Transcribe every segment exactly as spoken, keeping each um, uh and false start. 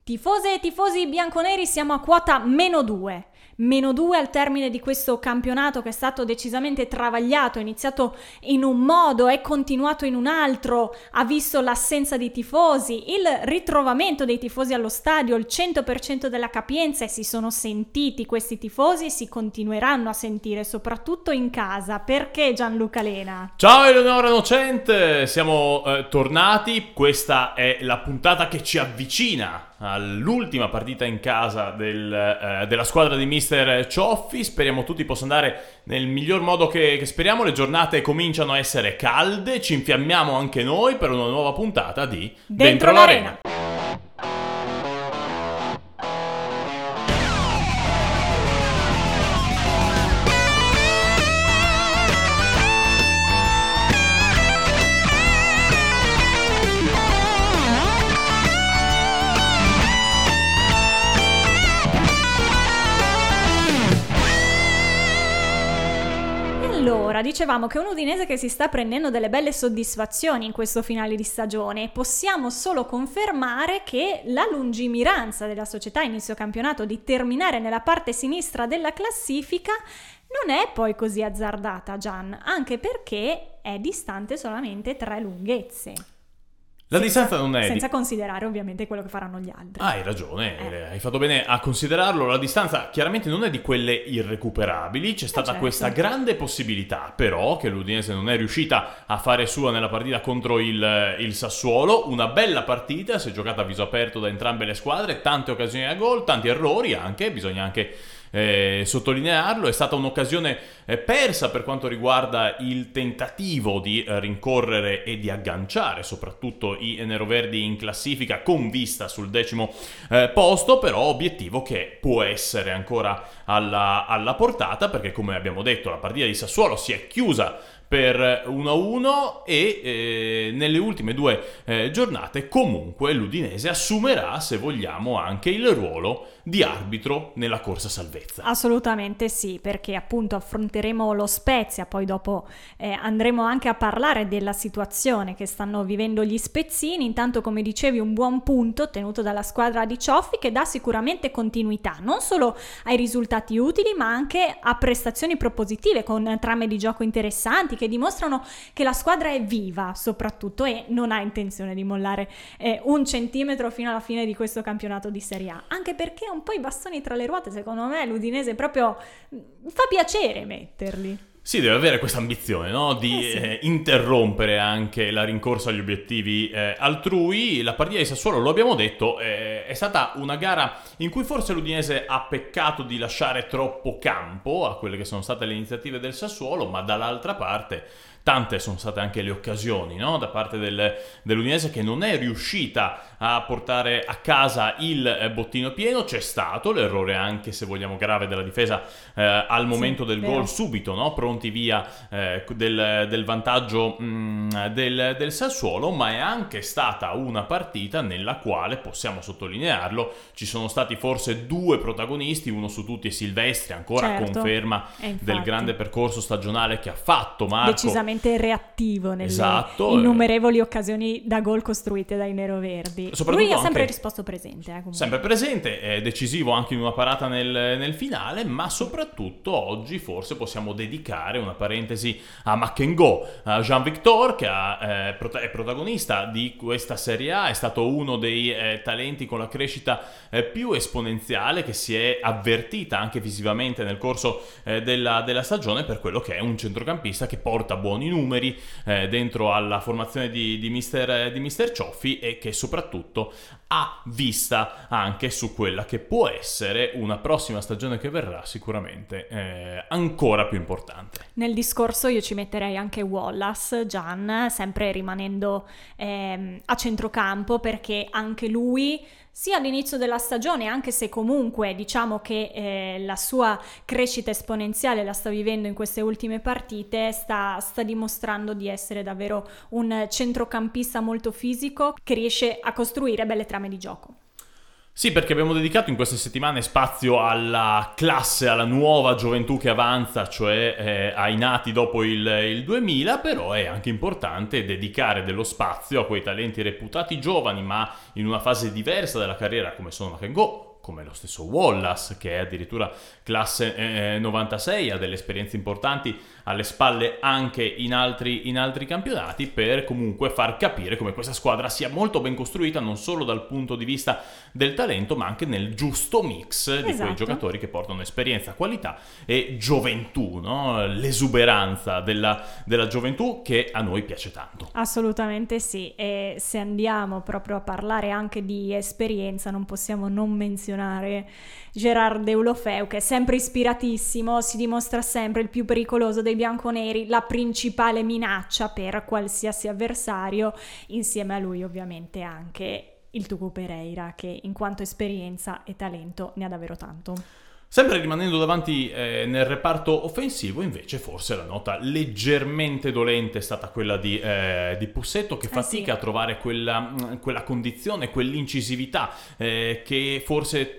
Tifose e tifosi bianconeri, siamo a quota meno due. Meno due al termine di questo campionato che è stato decisamente travagliato, è iniziato in un modo, è continuato in un altro, ha visto l'assenza di tifosi, il ritrovamento dei tifosi allo stadio, il cento per cento della capienza, e si sono sentiti questi tifosi e si continueranno a sentire soprattutto in casa. Perché, Gianluca Lena? Ciao Eleonora Nocente, siamo eh, tornati, questa è la puntata che ci avvicina all'ultima partita in casa del, eh, della squadra di mister Cioffi. Speriamo tutti possa andare nel miglior modo che, che speriamo. Le giornate cominciano a essere calde, ci infiammiamo anche noi per una nuova puntata di Dentro, Dentro l'Arena. l'Arena. Allora, dicevamo che un Udinese che si sta prendendo delle belle soddisfazioni in questo finale di stagione. Possiamo solo confermare che la lungimiranza della società a inizio campionato di terminare nella parte sinistra della classifica non è poi così azzardata, Gian, anche perché è distante solamente tre lunghezze. La Senza, distanza non è... senza di... considerare ovviamente quello che faranno gli altri. Ah, hai ragione, Eh. hai fatto bene a considerarlo. La distanza chiaramente non è di quelle irrecuperabili. C'è stata certo. questa grande possibilità, però, che l'Udinese non è riuscita a fare sua nella partita contro il, il Sassuolo. Una bella partita, si è giocata a viso aperto da entrambe le squadre, tante occasioni a gol, tanti errori anche, bisogna anche... Eh, sottolinearlo. È stata un'occasione eh, persa per quanto riguarda il tentativo di eh, rincorrere e di agganciare soprattutto i neroverdi in classifica con vista sul decimo eh, posto, però obiettivo che può essere ancora alla, alla portata, perché come abbiamo detto la partita di Sassuolo si è chiusa per uno a uno e eh, nelle ultime due eh, giornate comunque l'Udinese assumerà, se vogliamo, anche il ruolo di arbitro nella corsa salvezza. Assolutamente sì, perché appunto affronteremo lo Spezia, poi dopo eh, andremo anche a parlare della situazione che stanno vivendo gli spezzini. Intanto, come dicevi, un buon punto tenuto dalla squadra di Cioffi che dà sicuramente continuità non solo ai risultati utili ma anche a prestazioni propositive con trame di gioco interessanti che dimostrano che la squadra è viva soprattutto e non ha intenzione di mollare eh, un centimetro fino alla fine di questo campionato di Serie A, anche perché un po' i bastoni tra le ruote, secondo me l'Udinese proprio fa piacere metterli. Sì, deve avere questa ambizione, no? Di Eh sì. eh, interrompere anche la rincorsa agli obiettivi eh, altrui. La partita di Sassuolo, lo abbiamo detto, eh, è stata una gara in cui forse l'Udinese ha peccato di lasciare troppo campo a quelle che sono state le iniziative del Sassuolo, ma dall'altra parte tante sono state anche le occasioni, no? Da parte del, dell'Udinese, che non è riuscita a portare a casa il eh, bottino pieno. C'è stato l'errore, anche se vogliamo grave, della difesa eh, al momento Sì, del vero. gol, subito, no? Pronti via eh, del, del vantaggio mh, del, del Sassuolo, ma è anche stata una partita nella quale, possiamo sottolinearlo, ci sono stati forse due protagonisti, uno su tutti è Silvestri, ancora Certo. conferma E infatti, del grande percorso stagionale che ha fatto Marco. decisamente reattivo nelle Esatto, innumerevoli occasioni da gol costruite dai neroverdi. Soprattutto Lui ha sempre anche- risposto presente. Eh, comunque. Sempre presente, è decisivo anche in una parata nel, nel finale, ma soprattutto oggi forse possiamo dedicare una parentesi a Makengo, a Jean Victor, che ha, eh, prota- è protagonista di questa Serie A, è stato uno dei eh, talenti con la crescita eh, più esponenziale, che si è avvertita anche visivamente nel corso eh, della, della stagione, per quello che è un centrocampista che porta buoni numeri eh, dentro alla formazione di, di, mister, di mister Cioffi, e che soprattutto ha vista anche su quella che può essere una prossima stagione che verrà sicuramente eh, ancora più importante. Nel discorso io ci metterei anche Wallace, Gian, sempre rimanendo ehm, a centrocampo, perché anche lui, sia all'inizio della stagione, anche se comunque diciamo che eh, la sua crescita esponenziale la sta vivendo in queste ultime partite, sta, sta dimostrando di essere davvero un centrocampista molto fisico che riesce a costruire belle trame di gioco. Sì, perché abbiamo dedicato in queste settimane spazio alla classe, alla nuova gioventù che avanza, cioè eh, ai nati dopo il, il duemila, però è anche importante dedicare dello spazio a quei talenti reputati giovani, ma in una fase diversa della carriera, come sono Makengo, come lo stesso Wallace, che è addirittura classe eh, novantasei, ha delle esperienze importanti alle spalle anche in altri, in altri campionati, per comunque far capire come questa squadra sia molto ben costruita, non solo dal punto di vista del talento, ma anche nel giusto mix di Esatto. quei giocatori che portano esperienza, qualità e gioventù, no? L'esuberanza della, della gioventù che a noi piace tanto. Assolutamente sì, e se andiamo proprio a parlare anche di esperienza non possiamo non menzionare Gérard Deulofeu, che è sempre ispiratissimo, si dimostra sempre il più pericoloso dei bianconeri, la principale minaccia per qualsiasi avversario, insieme a lui ovviamente anche il Tucu Pereira, che in quanto esperienza e talento ne ha davvero tanto. Sempre rimanendo davanti eh, nel reparto offensivo, invece, forse la nota leggermente dolente è stata quella di, eh, di Pussetto, che fatica eh sì. a trovare quella, quella condizione, quell'incisività eh, che forse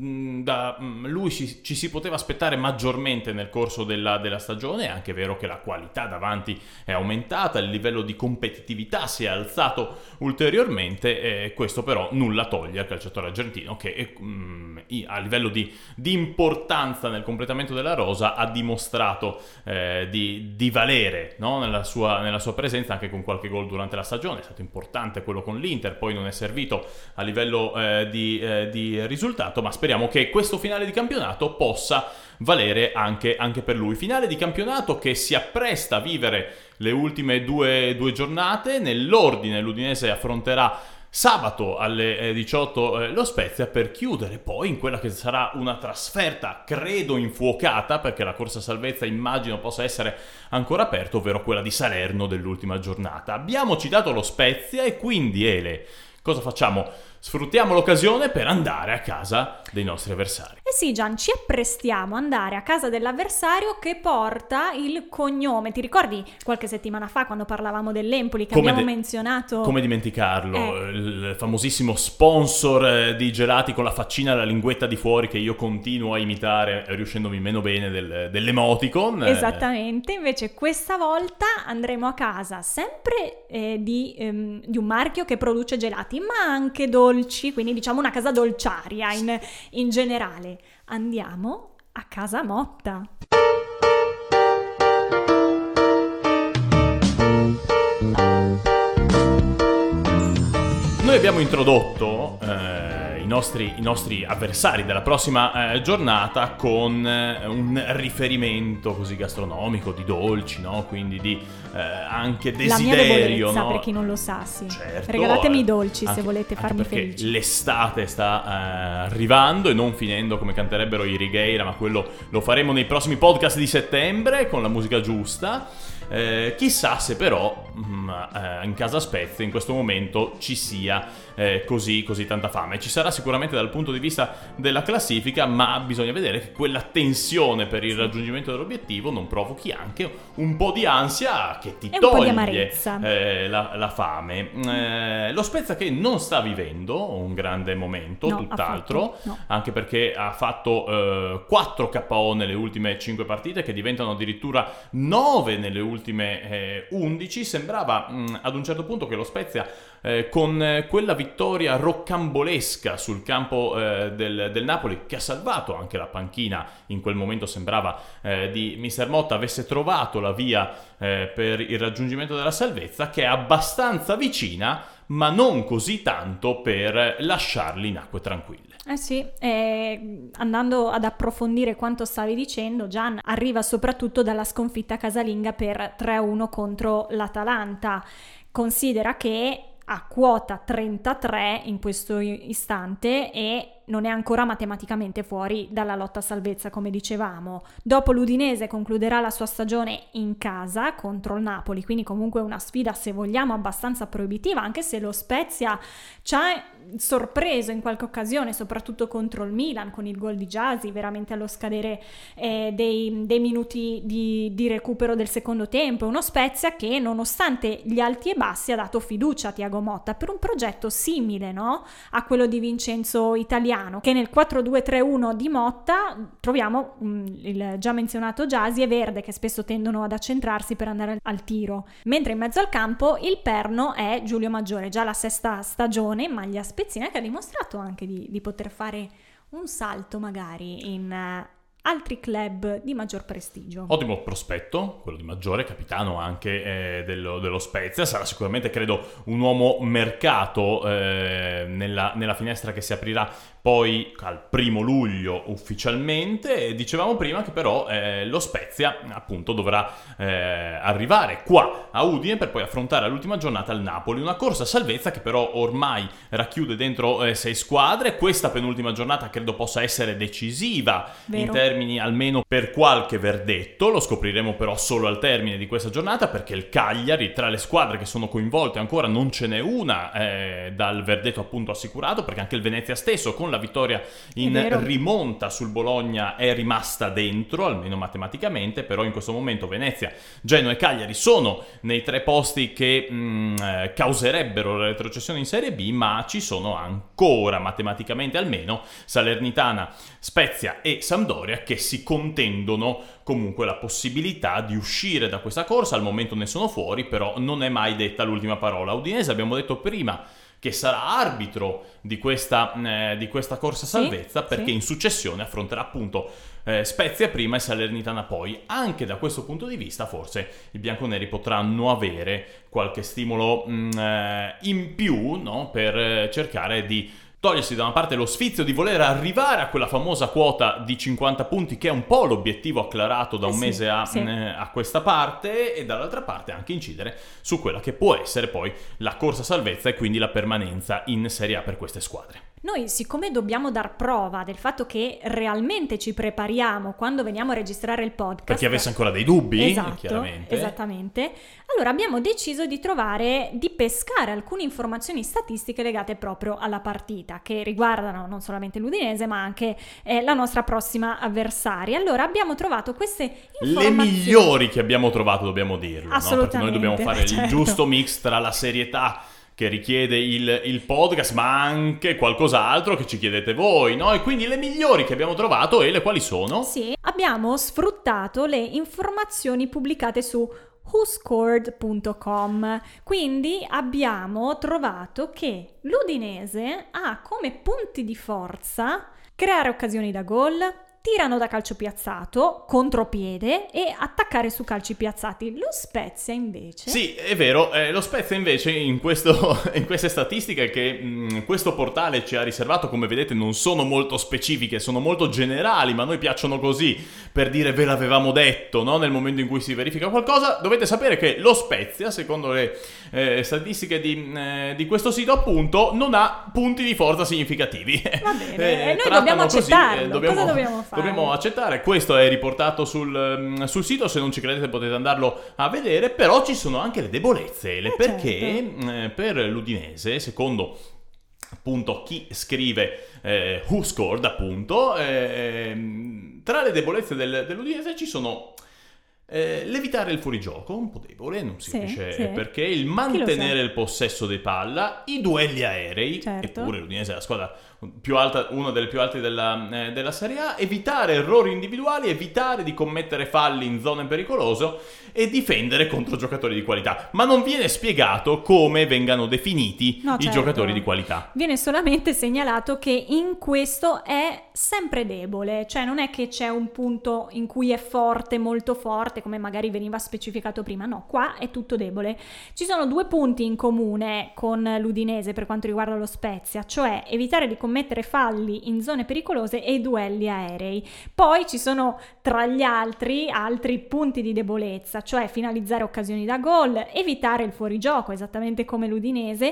da lui ci, ci si poteva aspettare maggiormente nel corso della, della stagione. È anche vero che la qualità davanti è aumentata, il livello di competitività si è alzato ulteriormente, e questo però nulla toglie al calciatore argentino che mh, a livello di, di importanza nel completamento della rosa ha dimostrato eh, di, di valere, no? nella, sua, nella sua presenza, anche con qualche gol durante la stagione. È stato importante quello con l'Inter, poi non è servito a livello eh, di, eh, di risultato, ma speriamo che questo finale di campionato possa valere anche, anche per lui. Finale di campionato che si appresta a vivere le ultime due, due giornate. Nell'ordine l'Udinese affronterà sabato alle diciotto eh, lo Spezia, per chiudere poi in quella che sarà una trasferta credo infuocata, perché la corsa salvezza immagino possa essere ancora aperta, ovvero quella di Salerno dell'ultima giornata. Abbiamo citato lo Spezia e quindi, Ele, cosa facciamo? Sfruttiamo l'occasione per andare a casa dei nostri avversari. Eh sì, Gian, ci apprestiamo ad andare a casa dell'avversario che porta il cognome. Ti ricordi qualche settimana fa quando parlavamo dell'Empoli che Come abbiamo de- menzionato? Come dimenticarlo, Eh. il famosissimo sponsor eh, di gelati con la faccina e la linguetta di fuori, che io continuo a imitare riuscendomi meno bene del, dell'emoticon. Esattamente, invece questa volta andremo a casa sempre eh, di, ehm, di un marchio che produce gelati, ma anche dolci, quindi diciamo una casa dolciaria in, in generale. Andiamo a Casa Motta. Noi abbiamo introdotto eh, i, nostri, i nostri avversari della prossima eh, giornata con eh, un riferimento così gastronomico, di dolci, no? Quindi di eh, anche desiderio. La mia debolezza, no? per chi non lo sa, sì. Certo, Regalatemi eh, i dolci anche, se volete anche farmi perché felice. L'estate sta eh, arrivando e non finendo, come canterebbero i Righeira, ma quello lo faremo nei prossimi podcast di settembre con la musica giusta. Eh, chissà se però mh, eh, in Casa Spezia in questo momento ci sia eh, così, così tanta fame. Ci sarà sicuramente dal punto di vista della classifica, ma bisogna vedere che quella tensione per il raggiungimento dell'obiettivo non provochi anche un po' di ansia che ti E un po' di toglie amarezza. eh, la, la fame. Eh, lo Spezia che non sta vivendo un grande momento, No, tutt'altro, affatto, no. anche perché ha fatto eh, quattro K O nelle ultime cinque partite, che diventano addirittura nove nelle ultime eh, undici. Sembrava mh, ad un certo punto che lo Spezia eh, con eh, quella vittoria roccambolesca sul campo eh, del, del Napoli, che ha salvato anche la panchina in quel momento, sembrava eh, di mister Motta, avesse trovato la via eh, per il raggiungimento della salvezza, che è abbastanza vicina ma non così tanto per lasciarli in acque tranquille. Eh sì, eh, andando ad approfondire quanto stavi dicendo, Gian, arriva soprattutto dalla sconfitta casalinga per tre a uno contro l'Atalanta. Considera che a quota trentatré in questo istante e non è ancora matematicamente fuori dalla lotta a salvezza, come dicevamo. Dopo l'Udinese concluderà la sua stagione in casa contro il Napoli, quindi comunque una sfida, se vogliamo, abbastanza proibitiva, anche se lo Spezia ci ha sorpreso in qualche occasione, soprattutto contro il Milan con il gol di Gyasi, veramente allo scadere eh, dei, dei minuti di, di recupero del secondo tempo. Uno Spezia che, nonostante gli alti e bassi, ha dato fiducia a Thiago Motta per un progetto simile, no? A quello di Vincenzo Italiano, che nel quattro due tre uno di Motta troviamo mh, il già menzionato Gyasi e Verde, che spesso tendono ad accentrarsi per andare al tiro, mentre in mezzo al campo il perno è Giulio Maggiore, già la sesta stagione in maglia spezzina, che ha dimostrato anche di, di poter fare un salto magari in uh, altri club di maggior prestigio. Ottimo prospetto, quello di Maggiore, capitano anche eh, dello, dello Spezia. Sarà sicuramente, credo, un uomo mercato eh, nella, nella finestra che si aprirà poi al primo luglio ufficialmente. E dicevamo prima che però eh, lo Spezia appunto dovrà eh, arrivare qua a Udine per poi affrontare all'ultima giornata il Napoli, una corsa a salvezza che però ormai racchiude dentro eh, sei squadre. Questa penultima giornata credo possa essere decisiva. Vero. In termini almeno per qualche verdetto, lo scopriremo però solo al termine di questa giornata, perché il Cagliari, tra le squadre che sono coinvolte ancora non ce n'è una eh, dal verdetto appunto assicurato, perché anche il Venezia stesso con la vittoria in rimonta sul Bologna è rimasta dentro, almeno matematicamente. Però in questo momento Venezia, Genoa e Cagliari sono nei tre posti che mh, causerebbero la retrocessione in Serie B, ma ci sono ancora matematicamente almeno Salernitana, Spezia e Sampdoria che si contendono comunque la possibilità di uscire da questa corsa. Al momento ne sono fuori, però non è mai detta l'ultima parola. Udinese, abbiamo detto prima che sarà arbitro di questa, eh, di questa corsa salvezza, sì, perché sì. in successione affronterà appunto eh, Spezia prima e Salernitana poi. Anche da questo punto di vista forse i bianconeri potranno avere qualche stimolo mh, eh, in più, no? Per eh, cercare di togliersi da una parte lo sfizio di voler arrivare a quella famosa quota di cinquanta punti, che è un po' l'obiettivo acclarato da un eh sì, mese a, sì. eh, a questa parte, e dall'altra parte anche incidere su quella che può essere poi la corsa salvezza e quindi la permanenza in Serie A per queste squadre. Noi, siccome dobbiamo dar prova del fatto che realmente ci prepariamo quando veniamo a registrare il podcast, per chi avesse ancora dei dubbi, esatto, chiaramente, esattamente, allora abbiamo deciso di trovare, di pescare alcune informazioni statistiche legate proprio alla partita, che riguardano non solamente l'Udinese ma anche eh, la nostra prossima avversaria. Allora abbiamo trovato queste informazioni, le migliori che abbiamo trovato, dobbiamo dirlo, assolutamente, no? Perché noi dobbiamo fare certo. il giusto mix tra la serietà che richiede il, il podcast, ma anche qualcos'altro che ci chiedete voi, no? E quindi le migliori che abbiamo trovato, e le quali sono? Sì, abbiamo sfruttato le informazioni pubblicate su who scored punto com. Quindi abbiamo trovato che l'Udinese ha come punti di forza creare occasioni da gol, tirano da calcio piazzato, contropiede e attaccare su calci piazzati. Lo Spezia invece... Sì, è vero, eh, lo Spezia invece in, questo, in queste statistiche che mh, questo portale ci ha riservato, come vedete non sono molto specifiche, sono molto generali, ma a noi piacciono così, per dire ve l'avevamo detto, no? Nel momento in cui si verifica qualcosa. Dovete sapere che lo Spezia, secondo le eh, statistiche di, eh, di questo sito appunto, non ha punti di forza significativi. Va bene, eh, noi dobbiamo accettarlo, eh, dobbiamo, cosa dobbiamo fare? Dobbiamo accettare, questo è riportato sul, sul sito, se non ci credete potete andarlo a vedere, però ci sono anche le debolezze, le, eh perché certo. eh, per l'Udinese, secondo appunto chi scrive eh, Who Scored appunto, eh, tra le debolezze del, dell'Udinese ci sono eh, l'evitare il fuorigioco, un po' debole, non si sì, capisce sì. perché, il mantenere il possesso di palla, i duelli aerei, certo. eppure l'Udinese è la squadra più alta, una delle più alte della, eh, della Serie A, evitare errori individuali, evitare di commettere falli in zone pericolose e difendere contro giocatori di qualità. Ma non viene spiegato come vengano definiti no, i certo. giocatori di qualità. Viene solamente segnalato che in questo è sempre debole, cioè non è che c'è un punto in cui è forte, molto forte, come magari veniva specificato prima. No, qua è tutto debole. Ci sono due punti in comune con l'Udinese per quanto riguarda lo Spezia, cioè evitare di commettere falli in zone pericolose e i duelli aerei. Poi ci sono tra gli altri altri punti di debolezza, cioè finalizzare occasioni da gol, evitare il fuorigioco, esattamente come l'Udinese,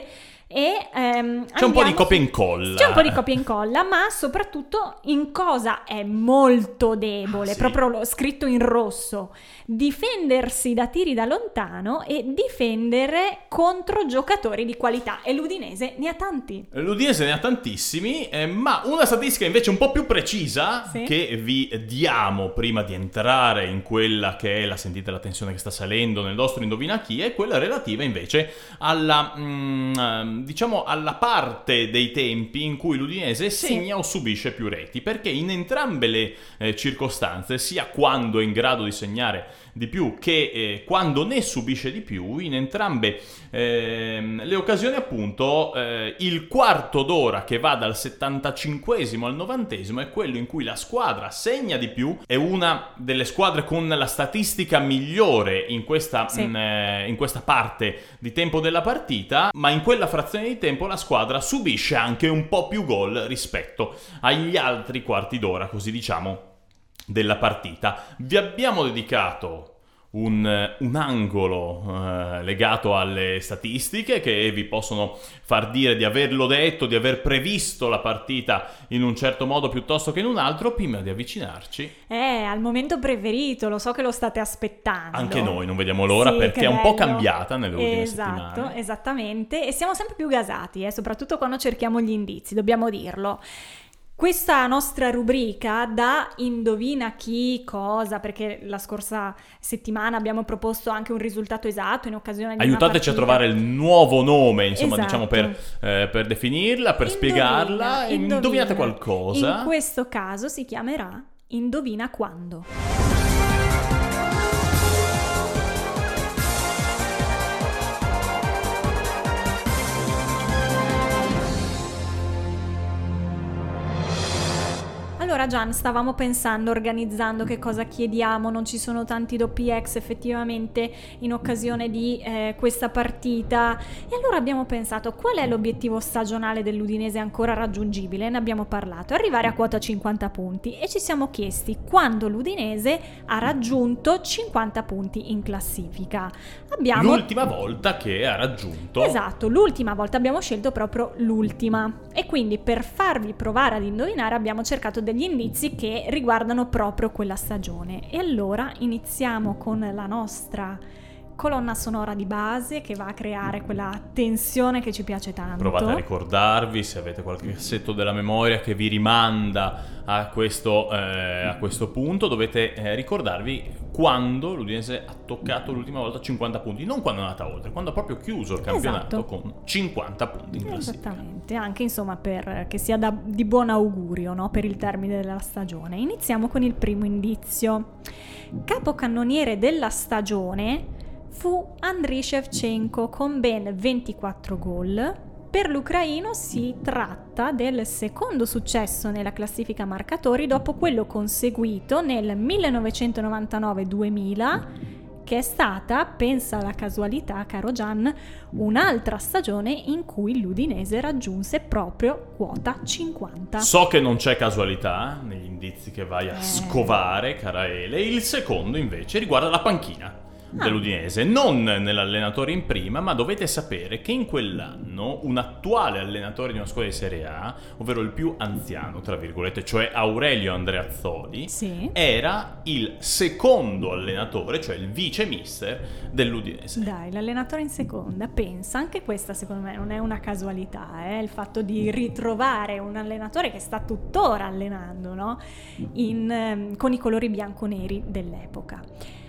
E, ehm, c'è un po' di andiamo copia e su- incolla. C'è un po' di copia e incolla, ma soprattutto in cosa è molto debole, Ah, sì. proprio lo- scritto in rosso: difendersi da tiri da lontano e difendere contro giocatori di qualità. E l'Udinese ne ha tanti. L'Udinese ne ha tantissimi, eh, ma una statistica invece un po' più precisa Sì. che vi diamo prima di entrare in quella che è la, sentite la tensione che sta salendo nel nostro Indovina Chi, è quella relativa invece alla, mm, diciamo, alla parte dei tempi in cui l'Udinese segna o subisce più reti, perché in entrambe le eh, circostanze, sia quando è in grado di segnare di più che eh, quando ne subisce di più, in entrambe ehm, le occasioni appunto eh, il quarto d'ora che va dal settantacinquesimo al novantesimo è quello in cui la squadra segna di più, è una delle squadre con la statistica migliore in questa, Sì. mh, eh, in questa parte di tempo della partita, ma in quella frazione di tempo la squadra subisce anche un po' più gol rispetto agli altri quarti d'ora, così diciamo, della partita. Vi abbiamo dedicato un, un angolo eh, legato alle statistiche che vi possono far dire di averlo detto, di aver previsto la partita in un certo modo piuttosto che in un altro. Prima di avvicinarci, Eh, al momento preferito, lo so che lo state aspettando. anche noi non vediamo l'ora, Sì, perché che è un po' bello. cambiata nelle ultime Esatto, settimane. esattamente, e siamo sempre più gasati, eh, soprattutto quando cerchiamo gli indizi, dobbiamo dirlo. Questa nostra rubrica da Indovina Chi cosa, perché la scorsa settimana abbiamo proposto anche un risultato esatto in occasione di Aiutateci a una partita. trovare il nuovo nome, insomma, Esatto. diciamo per, eh, per definirla, per Indovina, spiegarla. E indovina. Indovinate qualcosa. In questo caso si chiamerà Indovina Quando. Allora Gian, stavamo pensando, organizzando che cosa chiediamo, non ci sono tanti doppi ex effettivamente in occasione di eh, questa partita, e allora abbiamo pensato qual è l'obiettivo stagionale dell'Udinese ancora raggiungibile, ne abbiamo parlato, arrivare a quota cinquanta punti, e ci siamo chiesti quando l'Udinese ha raggiunto cinquanta punti in classifica. Abbiamo... L'ultima volta che ha raggiunto. Esatto, l'ultima volta abbiamo scelto proprio l'ultima, e quindi per farvi provare ad indovinare abbiamo cercato degli indizi che riguardano proprio quella stagione. E allora iniziamo con la nostra colonna sonora di base che va a creare quella tensione che ci piace tanto. Provate a ricordarvi, se avete qualche cassetto della memoria che vi rimanda a questo, eh, a questo punto, dovete eh, ricordarvi quando l'Udinese ha toccato l'ultima volta cinquanta punti, non quando è andata oltre, quando ha proprio chiuso il campionato Esatto. con cinquanta punti in classifica. Esattamente, anche insomma per che sia da, di buon augurio, no? Per il termine della stagione. Iniziamo con il primo indizio. Capocannoniere della stagione fu Andriy Shevchenko con ben ventiquattro gol. Per l'ucraino si tratta del secondo successo nella classifica marcatori dopo quello conseguito nel millenovecentonovantanove duemila, che è stata, pensa alla casualità, caro Gian, un'altra stagione in cui l'Udinese raggiunse proprio quota cinquanta. So che non c'è casualità negli indizi che vai a Eh. scovare, cara Ele. Il secondo invece riguarda la panchina Ah. dell'Udinese, non nell'allenatore in prima, ma dovete sapere che in quell'anno un attuale allenatore di una squadra di Serie A, ovvero il più anziano, tra virgolette, cioè Aurelio Andreazzoli, Sì. era il secondo allenatore, cioè il vice mister dell'Udinese. Dai, l'allenatore in seconda, pensa, anche questa secondo me non è una casualità, eh? Il fatto di ritrovare un allenatore che sta tuttora allenando, no? In, ehm, con i colori bianconeri dell'epoca.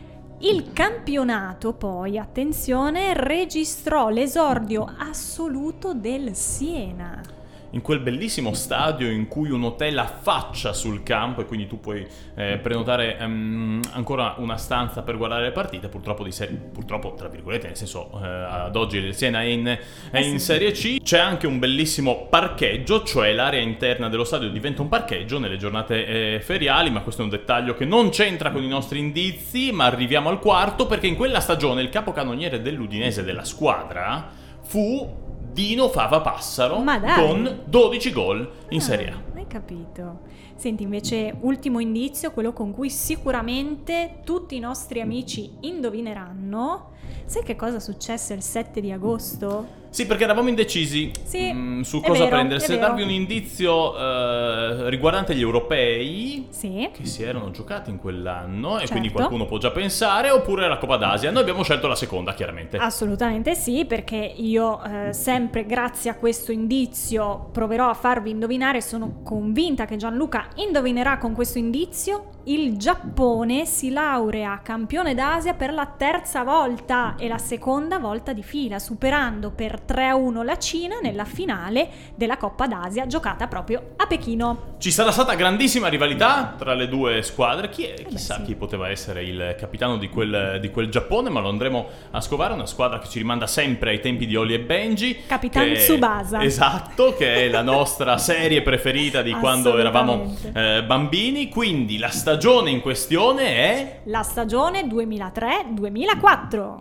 Il campionato poi, attenzione, registrò l'esordio assoluto del Siena. In quel bellissimo stadio in cui un hotel affaccia sul campo e quindi tu puoi eh, prenotare um, ancora una stanza per guardare le partite, purtroppo di serie, purtroppo tra virgolette, nel senso eh, ad oggi il Siena è in, è Eh in sì. Serie C. C'è anche un bellissimo parcheggio, cioè l'area interna dello stadio diventa un parcheggio nelle giornate eh, feriali, ma questo è un dettaglio che non c'entra con i nostri indizi. Ma arriviamo al quarto, perché in quella stagione il capocannoniere dell'Udinese della squadra fu Dino Fava Passaro, Ma dai. con dodici gol in Ah, Serie A. e capito. Senti, invece, ultimo indizio, quello con cui sicuramente tutti i nostri amici indovineranno. Sai che cosa successe il sette di agosto? Sì, perché eravamo indecisi Sì, mh, su è cosa vero, prendere. è Se vero. darvi un indizio eh, riguardante gli europei Sì. che si erano giocati in quell'anno, e Certo. quindi qualcuno può già pensare, oppure la Coppa d'Asia. Noi abbiamo scelto la seconda, chiaramente. Assolutamente sì, perché io eh, sempre grazie a questo indizio proverò a farvi indovinare. Sono convinta che Gianluca indovinerà con questo indizio. Il Giappone si laurea campione d'Asia per la terza volta e la seconda volta di fila, superando per tre a uno la Cina nella finale della Coppa d'Asia giocata proprio a Pechino. Ci sarà stata grandissima rivalità tra le due squadre. Chi è? Chissà sì. chi poteva essere il capitano di quel, di quel Giappone, ma lo andremo a scovare. Una squadra che ci rimanda sempre ai tempi di Oli e Benji. Capitan che- Tsubasa. Esatto, che è la nostra serie preferita di quando eravamo Assolutamente. eh, bambini. Quindi la stagione in questione è... La stagione duemilatré duemilaquattro.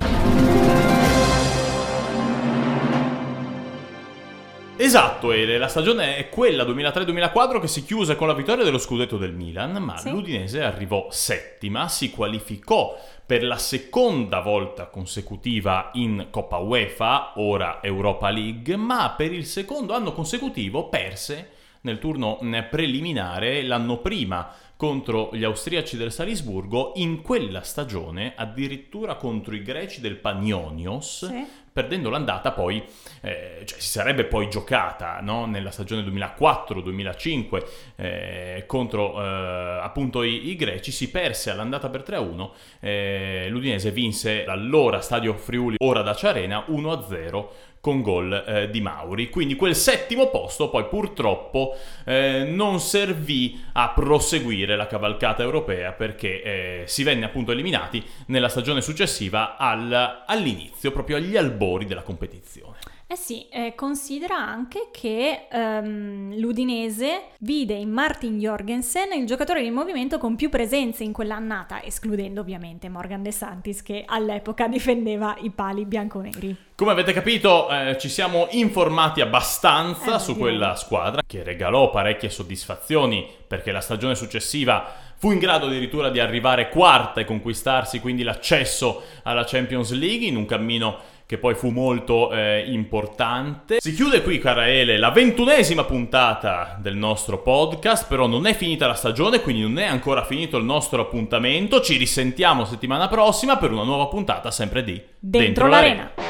Esatto, Ele, la stagione è quella duemilatré duemilaquattro che si chiuse con la vittoria dello scudetto del Milan, ma Sì. l'Udinese arrivò settima, si qualificò per la seconda volta consecutiva in Coppa UEFA, ora Europa League, ma per il secondo anno consecutivo perse nel turno preliminare l'anno prima contro gli austriaci del Salisburgo, in quella stagione addirittura contro i greci del Panionios, Sì. perdendo l'andata poi, eh, cioè si sarebbe poi giocata, no? Nella stagione duemilaquattro duemilacinque eh, contro eh, appunto i, i greci, si perse all'andata per tre a uno, eh, l'Udinese vinse allora Stadio Friuli, ora Dacia Arena, uno a zero con gol eh, di Mauri. Quindi quel settimo posto poi purtroppo eh, non servì a proseguire la cavalcata europea, perché eh, si venne appunto eliminati nella stagione successiva al, all'inizio, proprio agli albori della competizione. Eh sì, eh, considera anche che ehm, l'Udinese vide in Martin Jorgensen il giocatore di movimento con più presenze in quell'annata, escludendo ovviamente Morgan De Santis, che all'epoca difendeva i pali bianconeri. Come avete capito, eh, ci siamo informati abbastanza Eh, su direi. quella squadra che regalò parecchie soddisfazioni, perché la stagione successiva fu in grado addirittura di arrivare quarta e conquistarsi quindi l'accesso alla Champions League, in un cammino che poi fu molto eh, importante. Si chiude qui, cara Ele, la ventunesima puntata del nostro podcast, però non è finita la stagione, quindi non è ancora finito il nostro appuntamento. Ci risentiamo settimana prossima per una nuova puntata sempre di Dentro, l'arena.